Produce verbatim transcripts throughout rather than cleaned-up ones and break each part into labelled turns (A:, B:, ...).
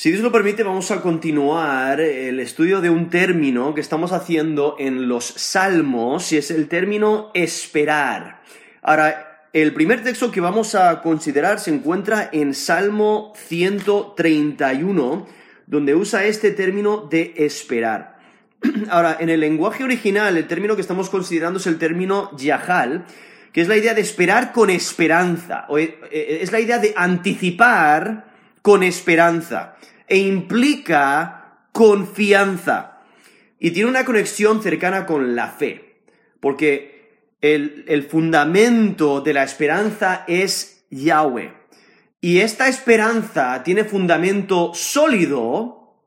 A: Si Dios lo permite, vamos a continuar el estudio de un término que estamos haciendo en los Salmos, y es el término esperar. Ahora, el primer texto que vamos a considerar se encuentra en Salmo ciento treinta y uno, donde usa este término de esperar. Ahora, en el lenguaje original, el término que estamos considerando es el término yahal, que es la idea de esperar con esperanza, o es la idea de anticipar con esperanza, e implica confianza, y tiene una conexión cercana con la fe, porque el, el fundamento de la esperanza es Yahweh, y esta esperanza tiene fundamento sólido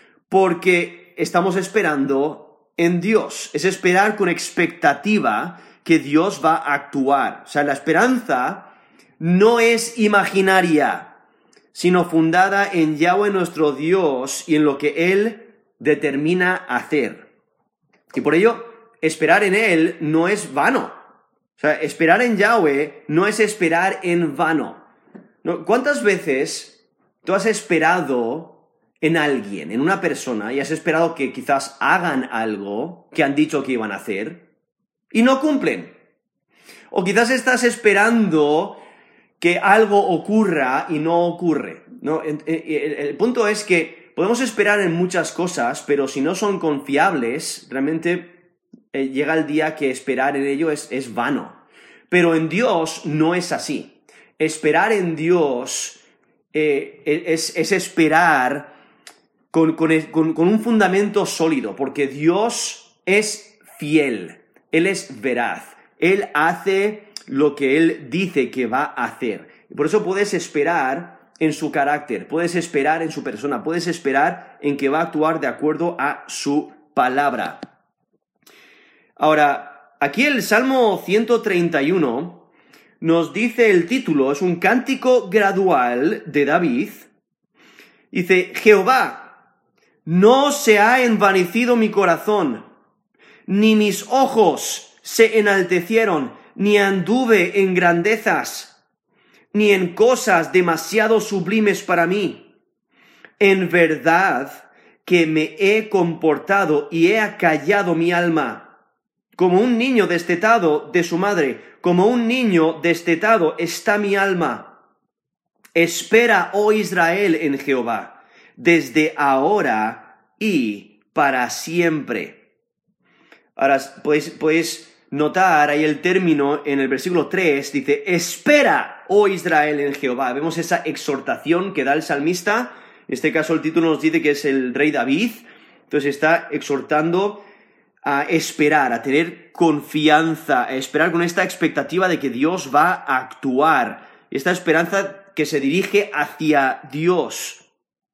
A: porque estamos esperando en Dios, es esperar con expectativa que Dios va a actuar. O sea, la esperanza no es imaginaria, sino fundada en Yahweh nuestro Dios y en lo que Él determina hacer. Y por ello, esperar en Él no es vano. O sea, esperar en Yahweh no es esperar en vano. ¿No? ¿Cuántas veces tú has esperado en alguien, en una persona, y has esperado que quizás hagan algo que han dicho que iban a hacer y no cumplen? O quizás estás esperando que algo ocurra y no ocurre, ¿no? El, el, el punto es que podemos esperar en muchas cosas, pero si no son confiables, realmente eh, llega el día que esperar en ello es, es vano. Pero en Dios no es así. Esperar en Dios eh, es, es esperar con, con, con, con un fundamento sólido, porque Dios es fiel, Él es veraz, Él hace lo que Él dice que va a hacer. Y por eso puedes esperar en su carácter, puedes esperar en su persona, puedes esperar en que va a actuar de acuerdo a su palabra. Ahora, aquí el Salmo ciento treinta y uno nos dice el título, es un cántico gradual de David. Dice: Jehová, no se ha envanecido mi corazón, ni mis ojos se enaltecieron, ni anduve en grandezas, ni en cosas demasiado sublimes para mí. En verdad que me he comportado y he acallado mi alma, como un niño destetado de su madre, como un niño destetado está mi alma. Espera, oh Israel, en Jehová, desde ahora y para siempre. Ahora, pues, pues, notar ahí el término en el versículo tres, dice: espera, oh Israel, en Jehová. Vemos esa exhortación que da el salmista. En este caso el título nos dice que es el rey David. Entonces está exhortando a esperar, a tener confianza, a esperar con esta expectativa de que Dios va a actuar. Esta esperanza que se dirige hacia Dios.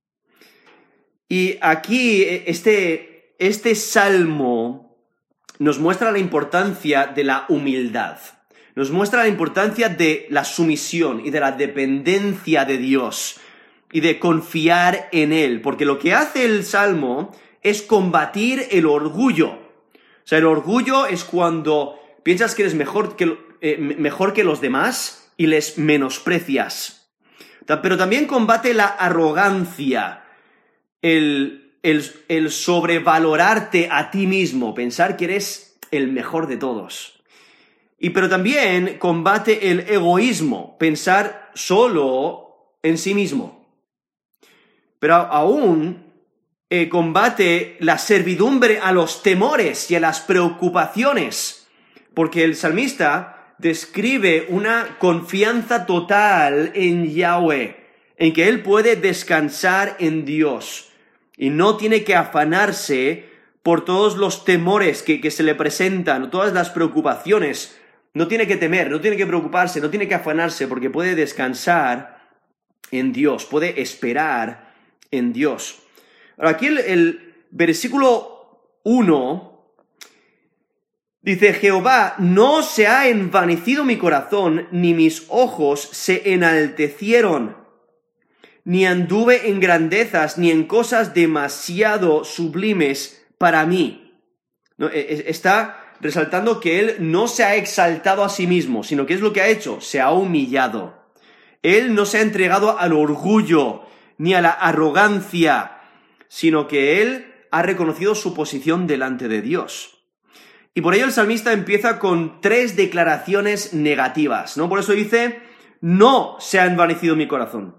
A: Y aquí este, este salmo nos muestra la importancia de la humildad, nos muestra la importancia de la sumisión y de la dependencia de Dios y de confiar en Él, porque lo que hace el Salmo es combatir el orgullo. O sea, el orgullo es cuando piensas que eres mejor que, eh, mejor que los demás y les menosprecias. Pero también combate la arrogancia, el El, el sobrevalorarte a ti mismo, pensar que eres el mejor de todos. Y pero también combate el egoísmo, pensar solo en sí mismo. Pero aún eh, combate la servidumbre a los temores y a las preocupaciones, porque el salmista describe una confianza total en Yahweh, en que él puede descansar en Dios. Y no tiene que afanarse por todos los temores que, que se le presentan, todas las preocupaciones. No tiene que temer, no tiene que preocuparse, no tiene que afanarse, porque puede descansar en Dios, puede esperar en Dios. Ahora, aquí el, el versículo uno dice: Jehová, no se ha envanecido mi corazón, ni mis ojos se enaltecieron, ni anduve en grandezas, ni en cosas demasiado sublimes para mí. ¿No? Está resaltando que él no se ha exaltado a sí mismo, sino que es lo que ha hecho, se ha humillado. Él no se ha entregado al orgullo, ni a la arrogancia, sino que él ha reconocido su posición delante de Dios. Y por ello el salmista empieza con tres declaraciones negativas, ¿no? Por eso dice, no se ha envanecido mi corazón,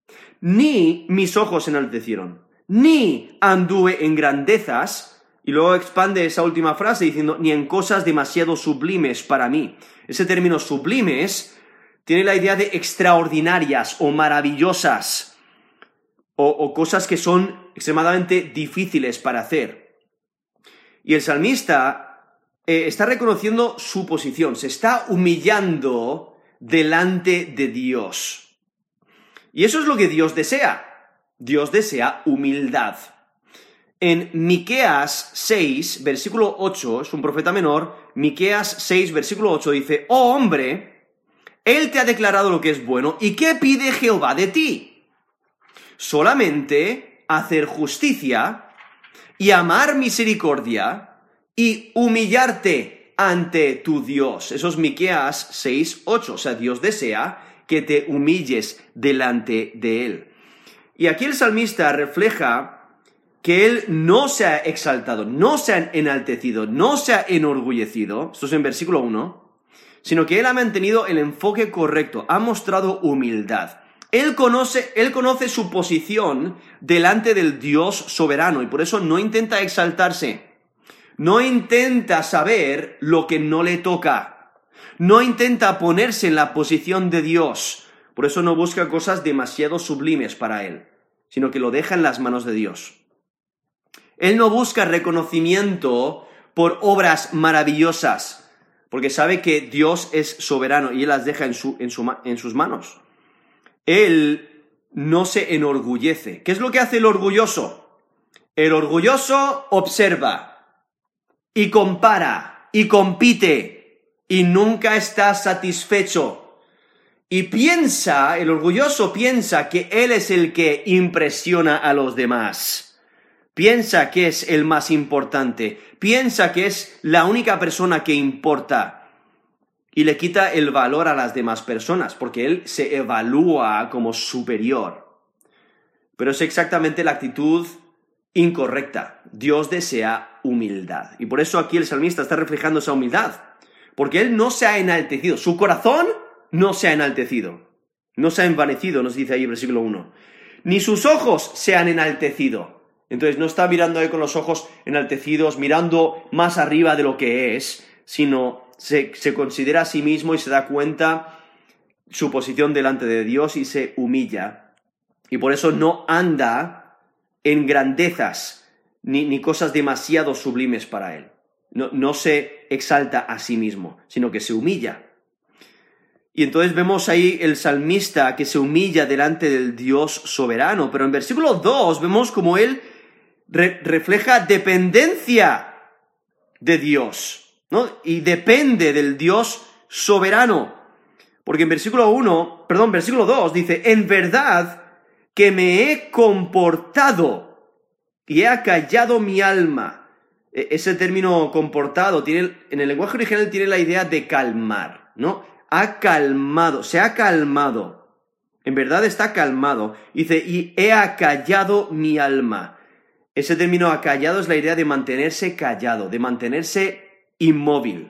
A: ni mis ojos se enaltecieron, ni anduve en grandezas, y luego expande esa última frase diciendo, ni en cosas demasiado sublimes para mí. Ese término sublimes tiene la idea de extraordinarias o maravillosas, o, o cosas que son extremadamente difíciles para hacer. Y el salmista eh, está reconociendo su posición, se está humillando delante de Dios. Y eso es lo que Dios desea. Dios desea humildad. En Miqueas seis, versículo ocho, es un profeta menor, Miqueas seis, versículo ocho dice, oh hombre, él te ha declarado lo que es bueno, ¿y qué pide Jehová de ti? Solamente hacer justicia y amar misericordia y humillarte ante tu Dios. Eso es Miqueas seis, ocho, o sea, Dios desea que te humilles delante de él. Y aquí el salmista refleja que él no se ha exaltado, no se ha enaltecido, no se ha enorgullecido, esto es en versículo uno, sino que él ha mantenido el enfoque correcto, ha mostrado humildad. Él conoce, él conoce su posición delante del Dios soberano y por eso no intenta exaltarse, no intenta saber lo que no le toca, no intenta ponerse en la posición de Dios, por eso no busca cosas demasiado sublimes para él, sino que lo deja en las manos de Dios. Él no busca reconocimiento por obras maravillosas, porque sabe que Dios es soberano y Él las deja en, su, en, su, en sus manos. Él no se enorgullece. ¿Qué es lo que hace el orgulloso? El orgulloso observa y compara y compite y nunca está satisfecho. Y piensa, el orgulloso piensa que él es el que impresiona a los demás. Piensa que es el más importante, piensa que es la única persona que importa y le quita el valor a las demás personas porque él se evalúa como superior. Pero es exactamente la actitud incorrecta. Dios desea humildad y por eso aquí el salmista está reflejando esa humildad, porque él no se ha enaltecido, su corazón no se ha enaltecido, no se ha envanecido, nos dice ahí el versículo uno, ni sus ojos se han enaltecido. Entonces no está mirando ahí con los ojos enaltecidos, mirando más arriba de lo que es, sino se, se considera a sí mismo y se da cuenta su posición delante de Dios y se humilla. Y por eso no anda en grandezas ni, ni cosas demasiado sublimes para él. No, no se exalta a sí mismo, sino que se humilla. Y entonces vemos ahí el salmista que se humilla delante del Dios soberano. Pero en versículo dos vemos como él Re- refleja dependencia de Dios, ¿no? Y depende del Dios soberano. Porque en versículo uno, perdón, versículo dos dice, en verdad que me he comportado y he acallado mi alma. E- ese término comportado tiene, en el lenguaje original tiene la idea de calmar, ¿no? Ha calmado, se ha calmado. En verdad está calmado. Dice, y he acallado mi alma. Ese término acallado es la idea de mantenerse callado, de mantenerse inmóvil.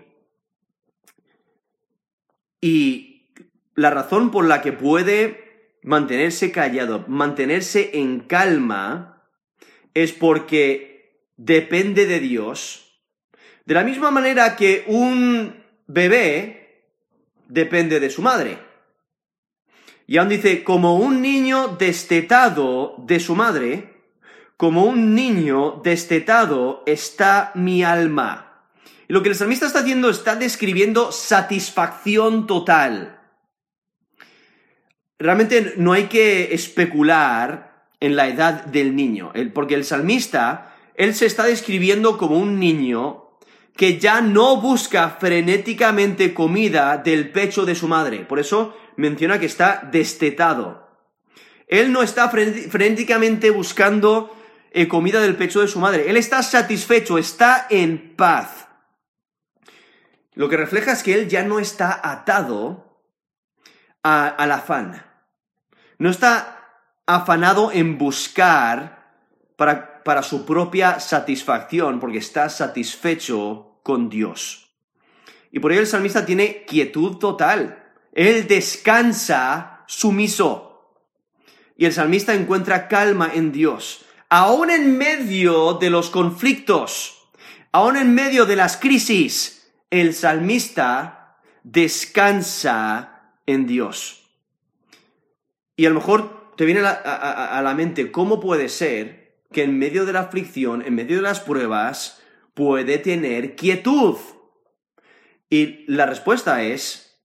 A: Y la razón por la que puede mantenerse callado, mantenerse en calma, es porque depende de Dios. De la misma manera que un bebé depende de su madre. Y aún dice, como un niño destetado de su madre, como un niño destetado está mi alma. Y lo que el salmista está haciendo, está describiendo satisfacción total. Realmente no hay que especular en la edad del niño, porque el salmista, él se está describiendo como un niño que ya no busca frenéticamente comida del pecho de su madre. Por eso menciona que está destetado. Él no está frenéticamente buscando eh, comida del pecho de su madre. Él está satisfecho, está en paz. Lo que refleja es que él ya no está atado a, al afán. No está afanado en buscar para, para su propia satisfacción, porque está satisfecho con Dios. Y por ello el salmista tiene quietud total. Él descansa sumiso. Y el salmista encuentra calma en Dios. Aún en medio de los conflictos, aún en medio de las crisis, el salmista descansa en Dios. Y a lo mejor te viene a la, a, a la mente, ¿cómo puede ser que en medio de la aflicción, en medio de las pruebas, puede tener quietud? Y la respuesta es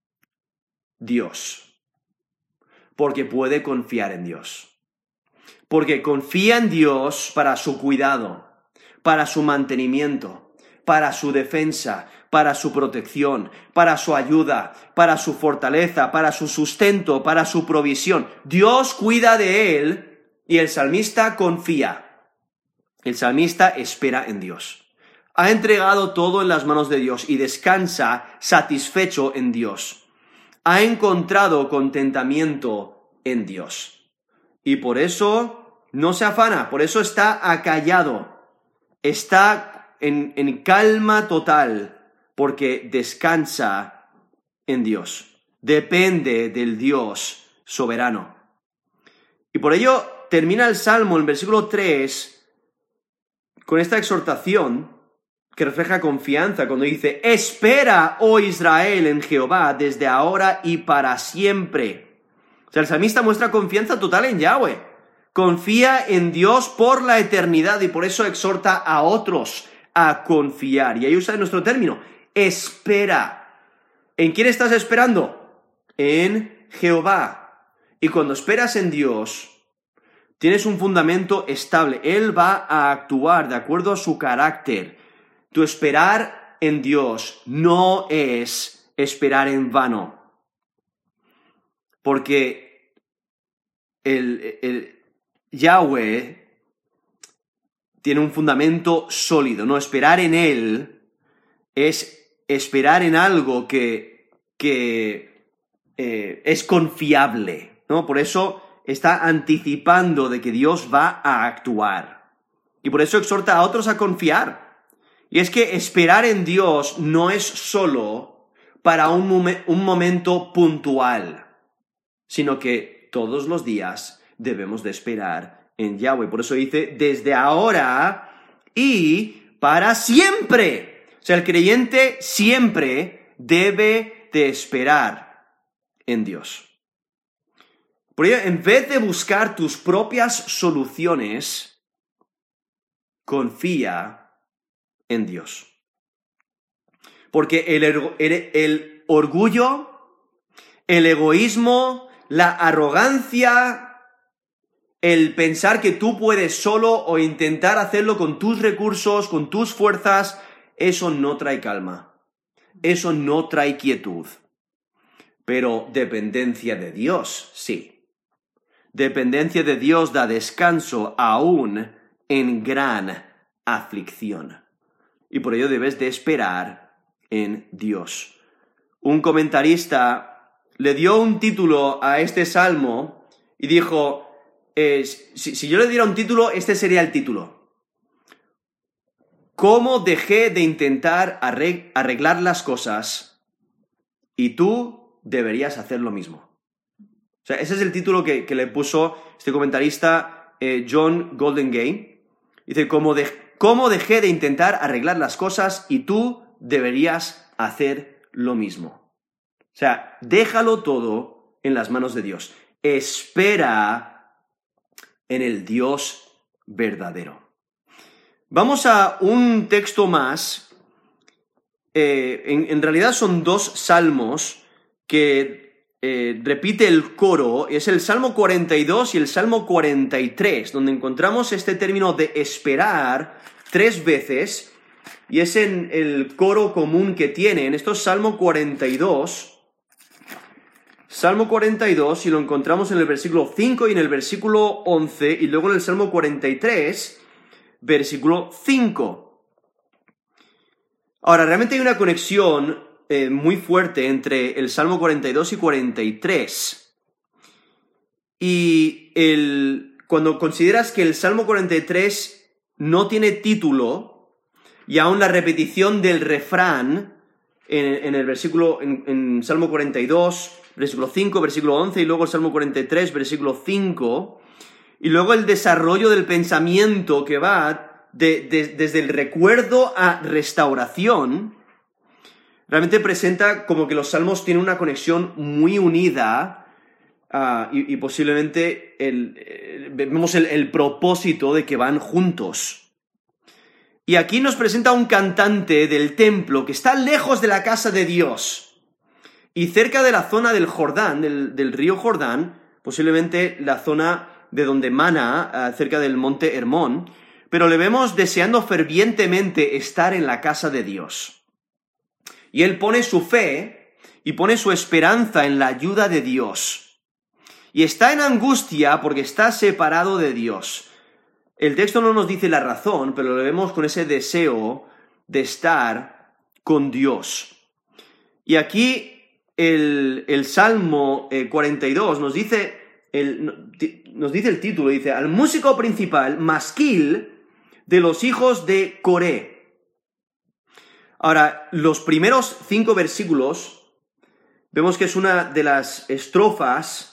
A: Dios. Porque puede confiar en Dios. Porque confía en Dios para su cuidado, para su mantenimiento, para su defensa, para su protección, para su ayuda, para su fortaleza, para su sustento, para su provisión. Dios cuida de él y el salmista confía. El salmista espera en Dios. Ha entregado todo en las manos de Dios y descansa satisfecho en Dios. Ha encontrado contentamiento en Dios. Y por eso no se afana, por eso está acallado. Está en, en calma total, porque descansa en Dios. Depende del Dios soberano. Y por ello termina el Salmo, en versículo tres, con esta exhortación que refleja confianza cuando dice: espera, oh Israel, en Jehová, desde ahora y para siempre. O sea, el salmista muestra confianza total en Yahweh. Confía en Dios por la eternidad y por eso exhorta a otros a confiar. Y ahí usa nuestro término, espera. ¿En quién estás esperando? En Jehová. Y cuando esperas en Dios, tienes un fundamento estable. Él va a actuar de acuerdo a su carácter. Tu esperar en Dios no es esperar en vano. Porque el, el Yahweh tiene un fundamento sólido, ¿no? Esperar en Él es esperar en algo que, que eh, es confiable, ¿no? Por eso está anticipando de que Dios va a actuar. Y por eso exhorta a otros a confiar. Y es que esperar en Dios no es solo para un, mom- un momento puntual, sino que todos los días debemos de esperar en Yahweh. Por eso dice, desde ahora y para siempre. O sea, el creyente siempre debe de esperar en Dios. Por ello, en vez de buscar tus propias soluciones, confía en Dios. Porque el, el, el orgullo, el egoísmo, la arrogancia, el pensar que tú puedes solo o intentar hacerlo con tus recursos, con tus fuerzas, eso no trae calma. Eso no trae quietud. Pero dependencia de Dios, sí. Dependencia de Dios da descanso aún en gran aflicción. Y por ello debes de esperar en Dios. Un comentarista le dio un título a este salmo y dijo, eh, si, si yo le diera un título, este sería el título. ¿Cómo dejé de intentar arreglar las cosas y tú deberías hacer lo mismo? O sea, ese es el título que, que le puso este comentarista eh, John Goldingay. Dice, ¿cómo, de, ¿cómo dejé de intentar arreglar las cosas y tú deberías hacer lo mismo? O sea, déjalo todo en las manos de Dios. Espera en el Dios verdadero. Vamos a un texto más. Eh, en, en realidad son dos salmos que Eh, repite el coro, es el Salmo cuarenta y dos y el Salmo cuarenta y tres, donde encontramos este término de esperar tres veces, y es en el coro común que tienen. Esto es Salmo cuarenta y dos, Salmo cuarenta y dos, y lo encontramos en el versículo cinco y en el versículo once, y luego en el Salmo cuarenta y tres, versículo cinco. Ahora, realmente hay una conexión Eh, muy fuerte entre el Salmo cuarenta y dos y cuarenta y tres. Y el, cuando consideras que el Salmo cuarenta y tres no tiene título, y aún la repetición del refrán en, en el versículo, en, en Salmo cuarenta y dos, versículo cinco, versículo once, y luego el Salmo cuarenta y tres, versículo cinco, y luego el desarrollo del pensamiento que va de, de, desde el recuerdo a restauración, realmente presenta como que los salmos tienen una conexión muy unida. Uh, y, y posiblemente el, el, vemos el, el propósito de que van juntos. Y aquí nos presenta un cantante del templo que está lejos de la casa de Dios y cerca de la zona del Jordán, del, del río Jordán, posiblemente la zona de donde mana, uh, cerca del monte Hermón, pero le vemos deseando fervientemente estar en la casa de Dios. Y él pone su fe y pone su esperanza en la ayuda de Dios. Y está en angustia porque está separado de Dios. El texto no nos dice la razón, pero lo vemos con ese deseo de estar con Dios. Y aquí el, el Salmo eh, cuarenta y dos nos dice, el, nos dice el título, dice, al músico principal, masquil de los hijos de Coré. Ahora, los primeros cinco versículos, vemos que es una de las estrofas.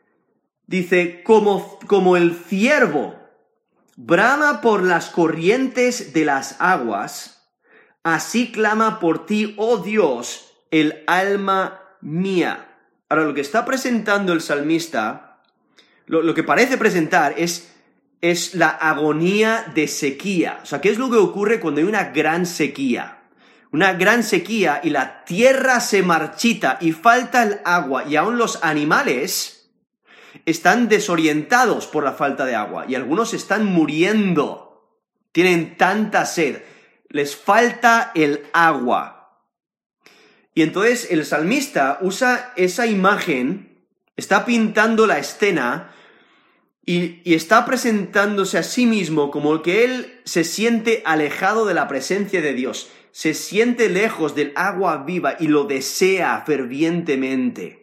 A: Dice, como, como el ciervo brama por las corrientes de las aguas, así clama por ti, oh Dios, el alma mía. Ahora, lo que está presentando el salmista, lo, lo que parece presentar es, es la agonía de sequía. O sea, ¿qué es lo que ocurre cuando hay una gran sequía? Una gran sequía y la tierra se marchita y falta el agua y aún los animales están desorientados por la falta de agua y algunos están muriendo. Tienen tanta sed. Les falta el agua. Y entonces el salmista usa esa imagen, está pintando la escena y, y está presentándose a sí mismo como que él se siente alejado de la presencia de Dios, se siente lejos del agua viva y lo desea fervientemente.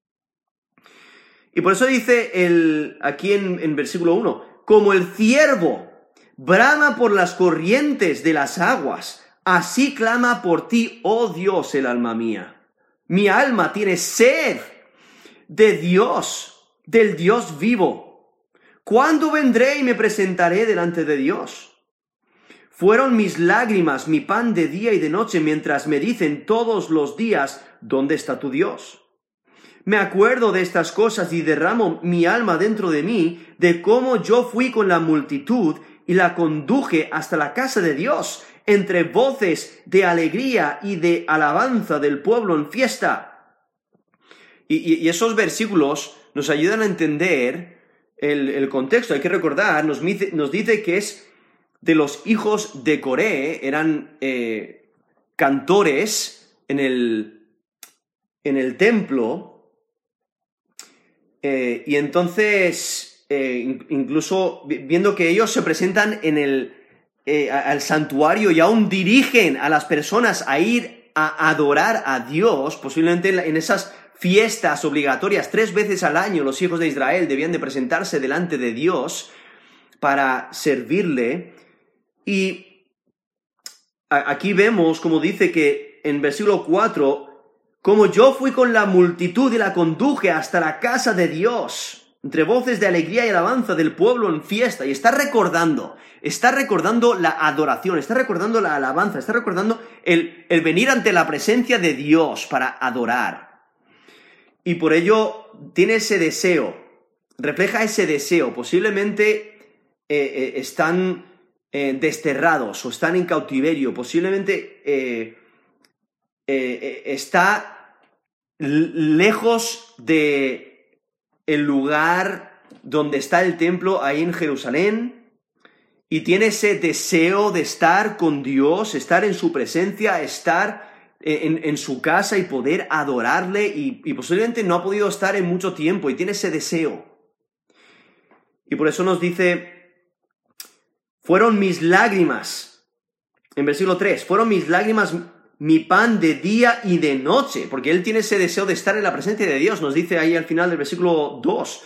A: Y por eso dice el, aquí en, en versículo uno, como el ciervo brama por las corrientes de las aguas, así clama por ti, oh Dios, el alma mía. Mi alma tiene sed de Dios, del Dios vivo. ¿Cuándo vendré y me presentaré delante de Dios? Fueron mis lágrimas mi pan de día y de noche, mientras me dicen todos los días, ¿dónde está tu Dios? Me acuerdo de estas cosas y derramo mi alma dentro de mí, de cómo yo fui con la multitud y la conduje hasta la casa de Dios, entre voces de alegría y de alabanza del pueblo en fiesta. Y, y, y esos versículos nos ayudan a entender el, el contexto. Hay que recordar, nos, nos dice que es de los hijos de Coré, eran eh, cantores en el, en el templo. Eh, y entonces, eh, incluso viendo que ellos se presentan en el, eh, al santuario y aún dirigen a las personas a ir a adorar a Dios, posiblemente en, en esas fiestas obligatorias, tres veces al año los hijos de Israel debían de presentarse delante de Dios para servirle. Y aquí vemos, como dice que en versículo cuatro, como yo fui con la multitud y la conduje hasta la casa de Dios, entre voces de alegría y alabanza del pueblo en fiesta. Y está recordando, está recordando la adoración, está recordando la alabanza, está recordando el, el venir ante la presencia de Dios para adorar. Y por ello tiene ese deseo, refleja ese deseo. Posiblemente eh, eh, están eh, desterrados o están en cautiverio, posiblemente eh, eh, está lejos de el lugar donde está el templo ahí en Jerusalén, y tiene ese deseo de estar con Dios, estar en su presencia, estar en, en su casa y poder adorarle, y, y posiblemente no ha podido estar en mucho tiempo y tiene ese deseo. Y por eso nos dice, fueron mis lágrimas, en versículo tres, fueron mis lágrimas mi pan de día y de noche, porque él tiene ese deseo de estar en la presencia de Dios. Nos dice ahí al final del versículo dos,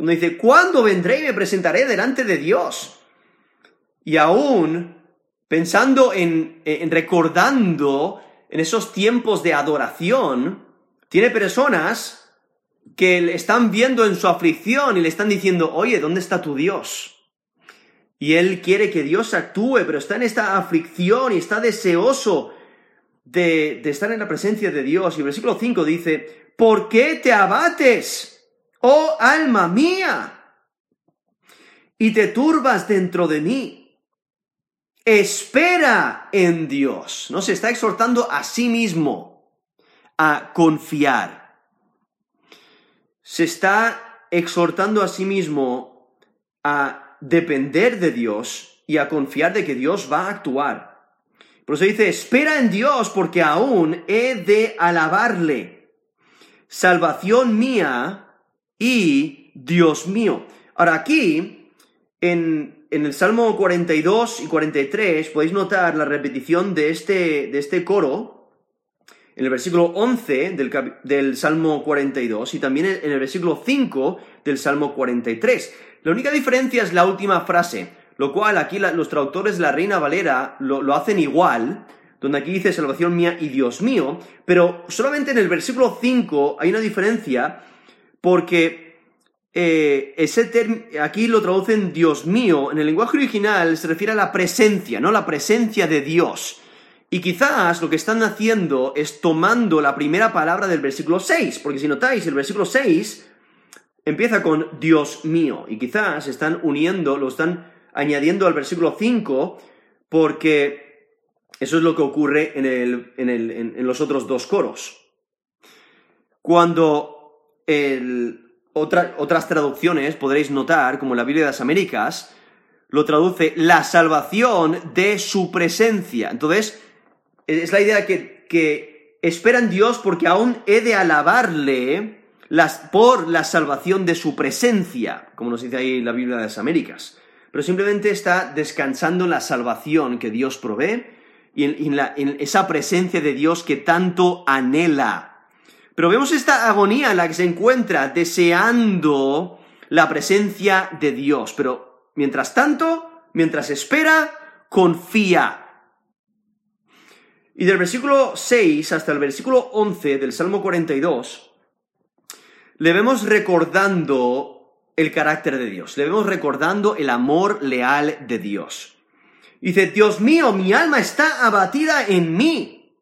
A: Cuando dice, ¿cuándo vendré y me presentaré delante de Dios? Y aún pensando en, en recordando en esos tiempos de adoración, tiene personas que le están viendo en su aflicción y le están diciendo, oye, ¿dónde está tu Dios? Y él quiere que Dios actúe, pero está en esta aflicción y está deseoso de, de estar en la presencia de Dios. Y el versículo cinco dice, ¿por qué te abates, oh alma mía? Y te turbas dentro de mí. Espera en Dios. ¿No? Se está exhortando a sí mismo a confiar. Se está exhortando a sí mismo a depender de Dios y a confiar de que Dios va a actuar. Por eso dice, espera en Dios porque aún he de alabarle. Salvación mía y Dios mío. Ahora aquí, en, en el Salmo cuarenta y dos y cuarenta y tres, podéis notar la repetición de este, de este coro en el versículo once del, del Salmo cuarenta y dos y también en el versículo cinco del Salmo cuarenta y tres. La única diferencia es la última frase, lo cual aquí la, los traductores de la Reina Valera lo, lo hacen igual, donde aquí dice salvación mía y Dios mío, pero solamente en el versículo cinco hay una diferencia porque eh, ese term- aquí lo traducen Dios mío. En el lenguaje original se refiere a la presencia, ¿no? La presencia de Dios. Y quizás lo que están haciendo es tomando la primera palabra del versículo seis, porque si notáis, el versículo seis empieza con Dios mío, y quizás están uniendo, lo están añadiendo al versículo cinco, porque eso es lo que ocurre en, el, en, el, en, en los otros dos coros. Cuando el, otra, otras traducciones podréis notar, como la Biblia de las Américas, lo traduce la salvación de su presencia. Entonces, es la idea que, que espera en Dios porque aún he de alabarle las, por la salvación de su presencia, como nos dice ahí la Biblia de las Américas. Pero simplemente está descansando en la salvación que Dios provee y en, en, la, en esa presencia de Dios que tanto anhela. Pero vemos esta agonía en la que se encuentra deseando la presencia de Dios. Pero mientras tanto, mientras espera, confía. Y del versículo seis hasta el versículo once del Salmo cuarenta y dos, le vemos recordando el carácter de Dios, le vemos recordando el amor leal de Dios. Dice, Dios mío, mi alma está abatida en mí.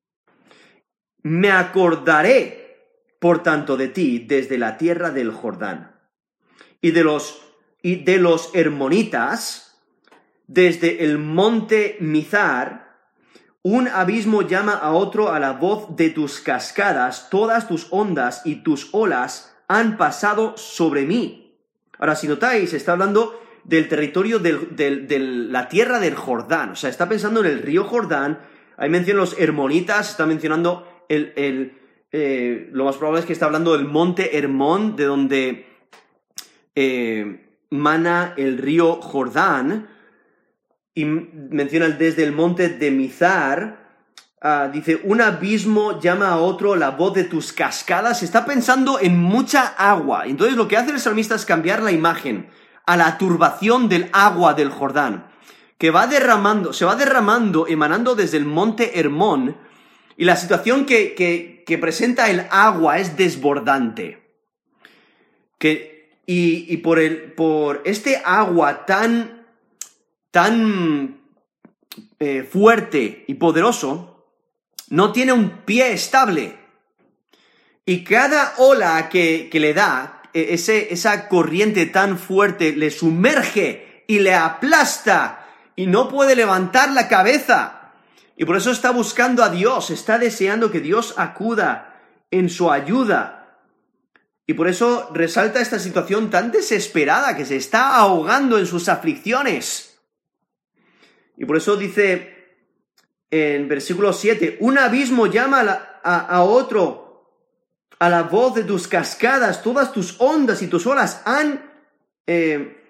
A: Me acordaré, por tanto, de ti desde la tierra del Jordán y de los, y de los hermonitas, desde el monte Mizar. Un abismo llama a otro a la voz de tus cascadas, todas tus ondas y tus olas han pasado sobre mí. Ahora, si notáis, está hablando del territorio del, del, de la tierra del Jordán, o sea, está pensando en el río Jordán, ahí menciona los hermonitas, está mencionando el, el eh, lo más probable es que está hablando del monte Hermón, de donde eh, mana el río Jordán. Y menciona desde el monte de Mizar, uh, dice, un abismo llama a otro la voz de tus cascadas. Está pensando en mucha agua. Entonces lo que hace el salmista es cambiar la imagen a la turbación del agua del Jordán, que va derramando, se va derramando, emanando desde el monte Hermón, y la situación que, que, que presenta el agua es desbordante. Que, y, y por, el, por este agua tan... tan eh, fuerte y poderoso, no tiene un pie estable. Y cada ola que, que le da, ese, esa corriente tan fuerte, le sumerge y le aplasta y no puede levantar la cabeza. Y por eso está buscando a Dios, está deseando que Dios acuda en su ayuda. Y por eso resalta esta situación tan desesperada, que se está ahogando en sus aflicciones. Y por eso dice en versículo siete, un abismo llama a, la, a, a otro, a la voz de tus cascadas, todas tus ondas y tus olas han, eh,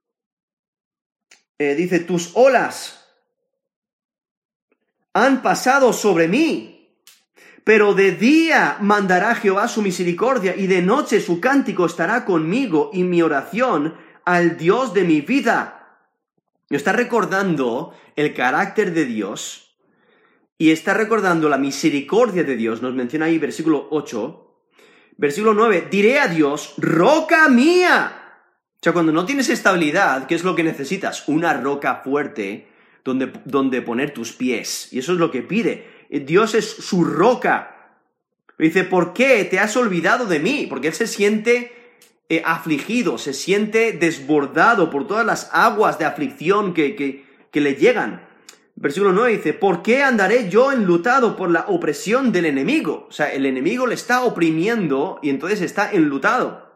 A: eh, dice, tus olas han pasado sobre mí. pero de día mandará Jehová su misericordia, y de noche su cántico estará conmigo, y mi oración al Dios de mi vida. Está recordando el carácter de Dios, y está recordando la misericordia de Dios. Nos menciona ahí versículo ocho. Versículo nueve, diré a Dios, roca mía. O sea, cuando no tienes estabilidad, ¿qué es lo que necesitas? Una roca fuerte donde, donde poner tus pies. Y eso es lo que pide. Dios es su roca. Dice, ¿por qué te has olvidado de mí? Porque él se siente eh, afligido, se siente desbordado por todas las aguas de aflicción que, que, que le llegan. Versículo nueve dice, ¿por qué andaré yo enlutado por la opresión del enemigo? O sea, el enemigo le está oprimiendo y entonces está enlutado.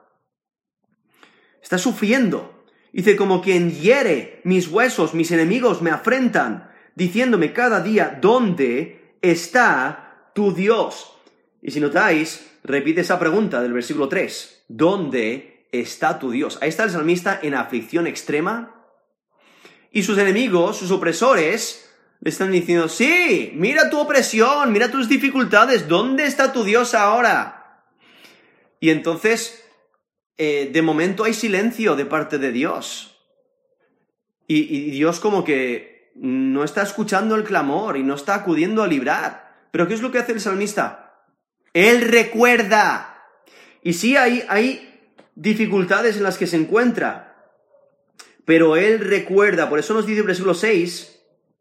A: Está sufriendo. Dice, como quien hiere mis huesos, mis enemigos me afrentan, diciéndome cada día, ¿dónde está tu Dios? Y si notáis, repite esa pregunta del versículo tres. ¿Dónde está tu Dios? Ahí está el salmista en aflicción extrema. Y sus enemigos, sus opresores, le están diciendo, sí, mira tu opresión, mira tus dificultades, ¿dónde está tu Dios ahora? Y entonces, eh, de momento hay silencio de parte de Dios. Y, y Dios como que no está escuchando el clamor y no está acudiendo a librar. ¿Pero qué es lo que hace el salmista? Él recuerda. Y sí, hay, hay dificultades en las que se encuentra, pero él recuerda. Por eso nos dice el versículo seis,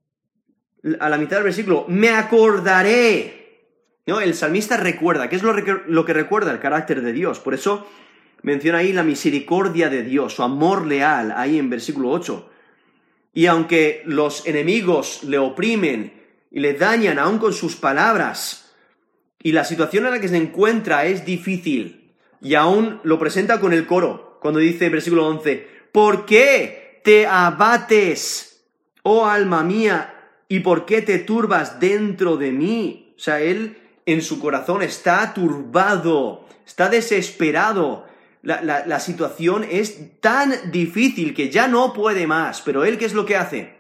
A: a la mitad del versículo, me acordaré. ¿No? El salmista recuerda. ¿Qué es lo, lo que recuerda? El carácter de Dios. Por eso menciona ahí la misericordia de Dios, su amor leal, ahí en versículo ocho. Y aunque los enemigos le oprimen y le dañan aún con sus palabras, y la situación en la que se encuentra es difícil, y aún lo presenta con el coro, cuando dice, versículo once, ¿por qué te abates, oh alma mía, y por qué te turbas dentro de mí? O sea, él en su corazón está turbado, está desesperado. La, la, la situación es tan difícil que ya no puede más. Pero él, ¿qué es lo que hace?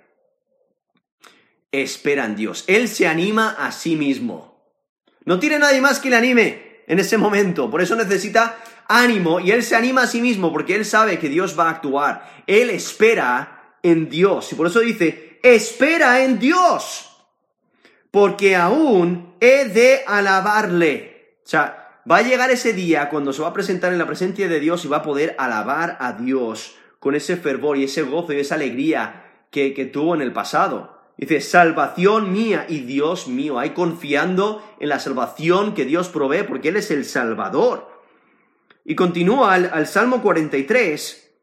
A: Espera en Dios. Él se anima a sí mismo. No tiene nadie más que le anime en ese momento. Por eso necesita ánimo y él se anima a sí mismo porque él sabe que Dios va a actuar. Él espera en Dios. Y por eso dice, espera en Dios, porque aún he de alabarle. O sea, va a llegar ese día cuando se va a presentar en la presencia de Dios y va a poder alabar a Dios con ese fervor y ese gozo y esa alegría que, que tuvo en el pasado. Dice, salvación mía y Dios mío. Ahí confiando en la salvación que Dios provee porque Él es el Salvador. Y continúa al, al Salmo cuarenta y tres,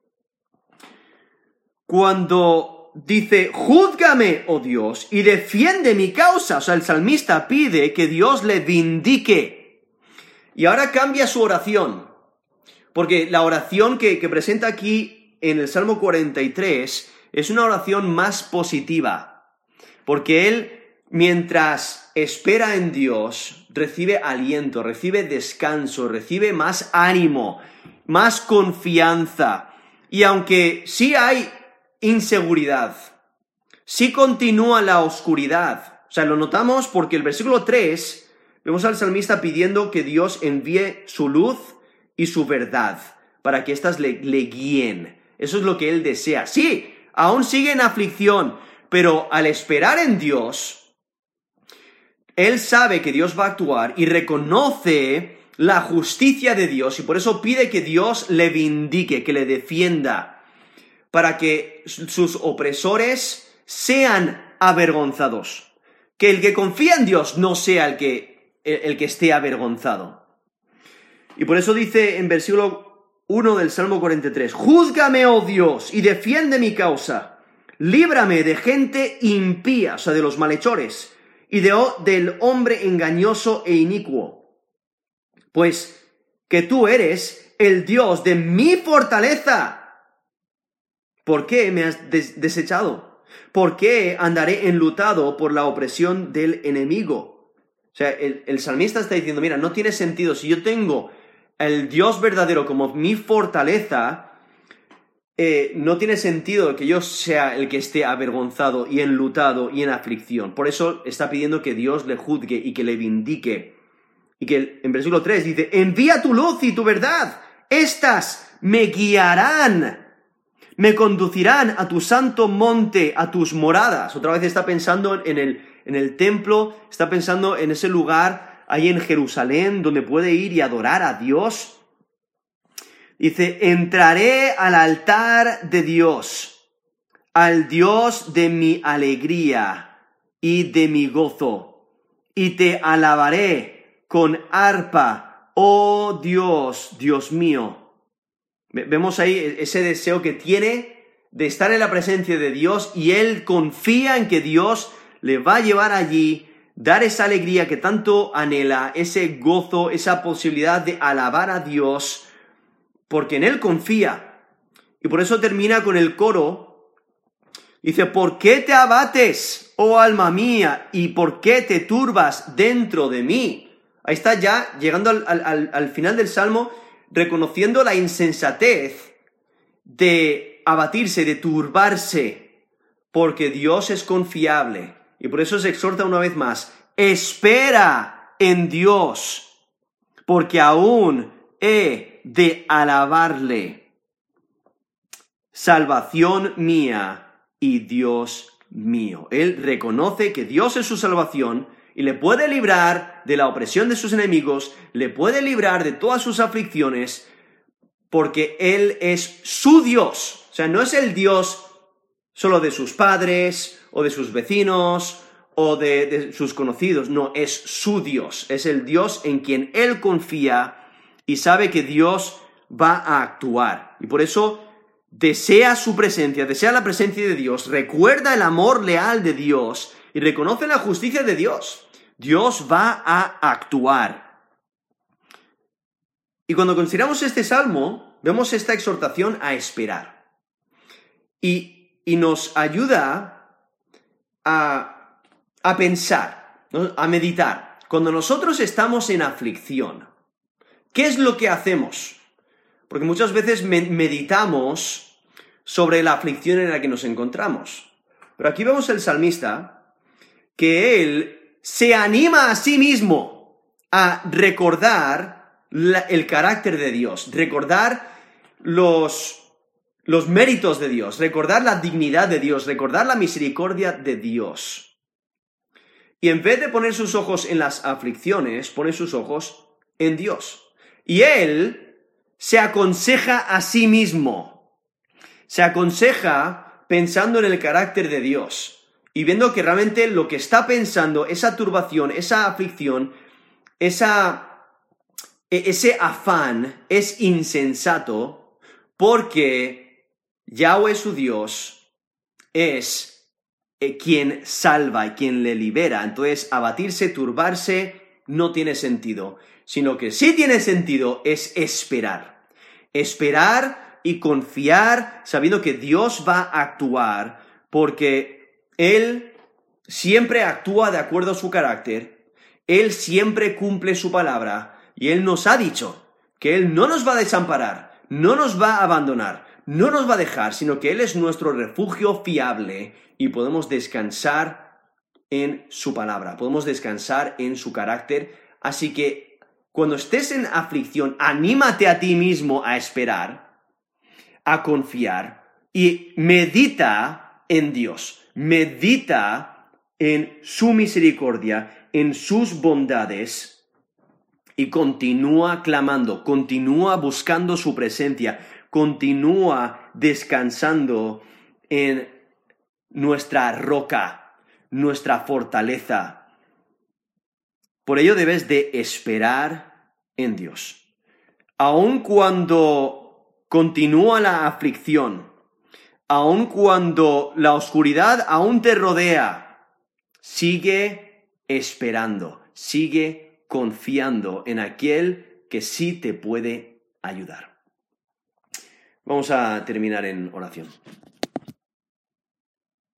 A: cuando dice, júzgame, oh Dios, y defiende mi causa. O sea, el salmista pide que Dios le vindique. Y ahora cambia su oración, porque la oración que, que presenta aquí en el Salmo cuarenta y tres es una oración más positiva, porque él, mientras espera en Dios, recibe aliento, recibe descanso, recibe más ánimo, más confianza. Y aunque sí hay inseguridad, sí continúa la oscuridad. O sea, lo notamos porque el versículo tres... vemos al salmista pidiendo que Dios envíe su luz y su verdad para que éstas le, le guíen. Eso es lo que él desea. Sí, aún sigue en aflicción, pero al esperar en Dios, él sabe que Dios va a actuar y reconoce la justicia de Dios y por eso pide que Dios le vindique, que le defienda, para que sus opresores sean avergonzados. Que el que confía en Dios no sea el que el que esté avergonzado. Y por eso dice en versículo uno del Salmo cuarenta y tres, júzgame, oh Dios, y defiende mi causa, líbrame de gente impía, o sea, de los malhechores, y de, del hombre engañoso e inicuo, pues que tú eres el Dios de mi fortaleza. ¿Por qué me has des- desechado? ¿Por qué andaré enlutado por la opresión del enemigo? O sea, el, el salmista está diciendo, mira, no tiene sentido. Si yo tengo el Dios verdadero como mi fortaleza, eh, no tiene sentido que yo sea el que esté avergonzado y enlutado y en aflicción. Por eso está pidiendo que Dios le juzgue y que le vindique. Y que en versículo tres dice, envía tu luz y tu verdad, estas me guiarán, me conducirán a tu santo monte, a tus moradas. Otra vez está pensando en el, en el templo, está pensando en ese lugar ahí en Jerusalén donde puede ir y adorar a Dios. Dice, entraré al altar de Dios, al Dios de mi alegría y de mi gozo, y te alabaré con arpa, oh Dios, Dios mío. Vemos ahí ese deseo que tiene de estar en la presencia de Dios y él confía en que Dios le va a llevar allí, dar esa alegría que tanto anhela, ese gozo, esa posibilidad de alabar a Dios, porque en él confía. Y por eso termina con el coro. Dice, ¿por qué te abates, oh alma mía, y por qué te turbas dentro de mí? Ahí está ya, llegando al, al, al final del Salmo, reconociendo la insensatez de abatirse, de turbarse, porque Dios es confiable. Y por eso se exhorta una vez más, espera en Dios, porque aún he de alabarle. Salvación mía y Dios mío. Él reconoce que Dios es su salvación y le puede librar de la opresión de sus enemigos, le puede librar de todas sus aflicciones, porque Él es su Dios. O sea, no es el Dios solo de sus padres, o de sus vecinos, o de, de sus conocidos. No, es su Dios. Es el Dios en quien Él confía y sabe que Dios va a actuar. Y por eso desea su presencia, desea la presencia de Dios, recuerda el amor leal de Dios y reconoce la justicia de Dios. Dios va a actuar. Y cuando consideramos este salmo, vemos esta exhortación a esperar. Y, y nos ayuda a, a pensar, ¿no? A meditar. Cuando nosotros estamos en aflicción, ¿qué es lo que hacemos? Porque muchas veces meditamos sobre la aflicción en la que nos encontramos. Pero aquí vemos el salmista que él se anima a sí mismo a recordar la, el carácter de Dios, recordar los, los méritos de Dios, recordar la dignidad de Dios, recordar la misericordia de Dios. Y en vez de poner sus ojos en las aflicciones, pone sus ojos en Dios. Y él se aconseja a sí mismo, se aconseja pensando en el carácter de Dios y viendo que realmente lo que está pensando, esa turbación, esa aflicción, esa, ese afán es insensato porque Yahweh su Dios es quien salva y quien le libera. Entonces abatirse, turbarse no tiene sentido, sino que sí tiene sentido es esperar. Esperar y confiar sabiendo que Dios va a actuar porque Él siempre actúa de acuerdo a su carácter, Él siempre cumple su palabra y Él nos ha dicho que Él no nos va a desamparar, no nos va a abandonar, no nos va a dejar, sino que Él es nuestro refugio fiable y podemos descansar en su palabra, podemos descansar en su carácter. Así que cuando estés en aflicción, anímate a ti mismo a esperar, a confiar y medita en Dios, medita en su misericordia, en sus bondades y continúa clamando, continúa buscando su presencia, continúa descansando en nuestra roca, nuestra fortaleza. Por ello debes de esperar en Dios. Aun cuando continúa la aflicción, aun cuando la oscuridad aún te rodea, sigue esperando, sigue confiando en aquel que sí te puede ayudar. Vamos a terminar en oración.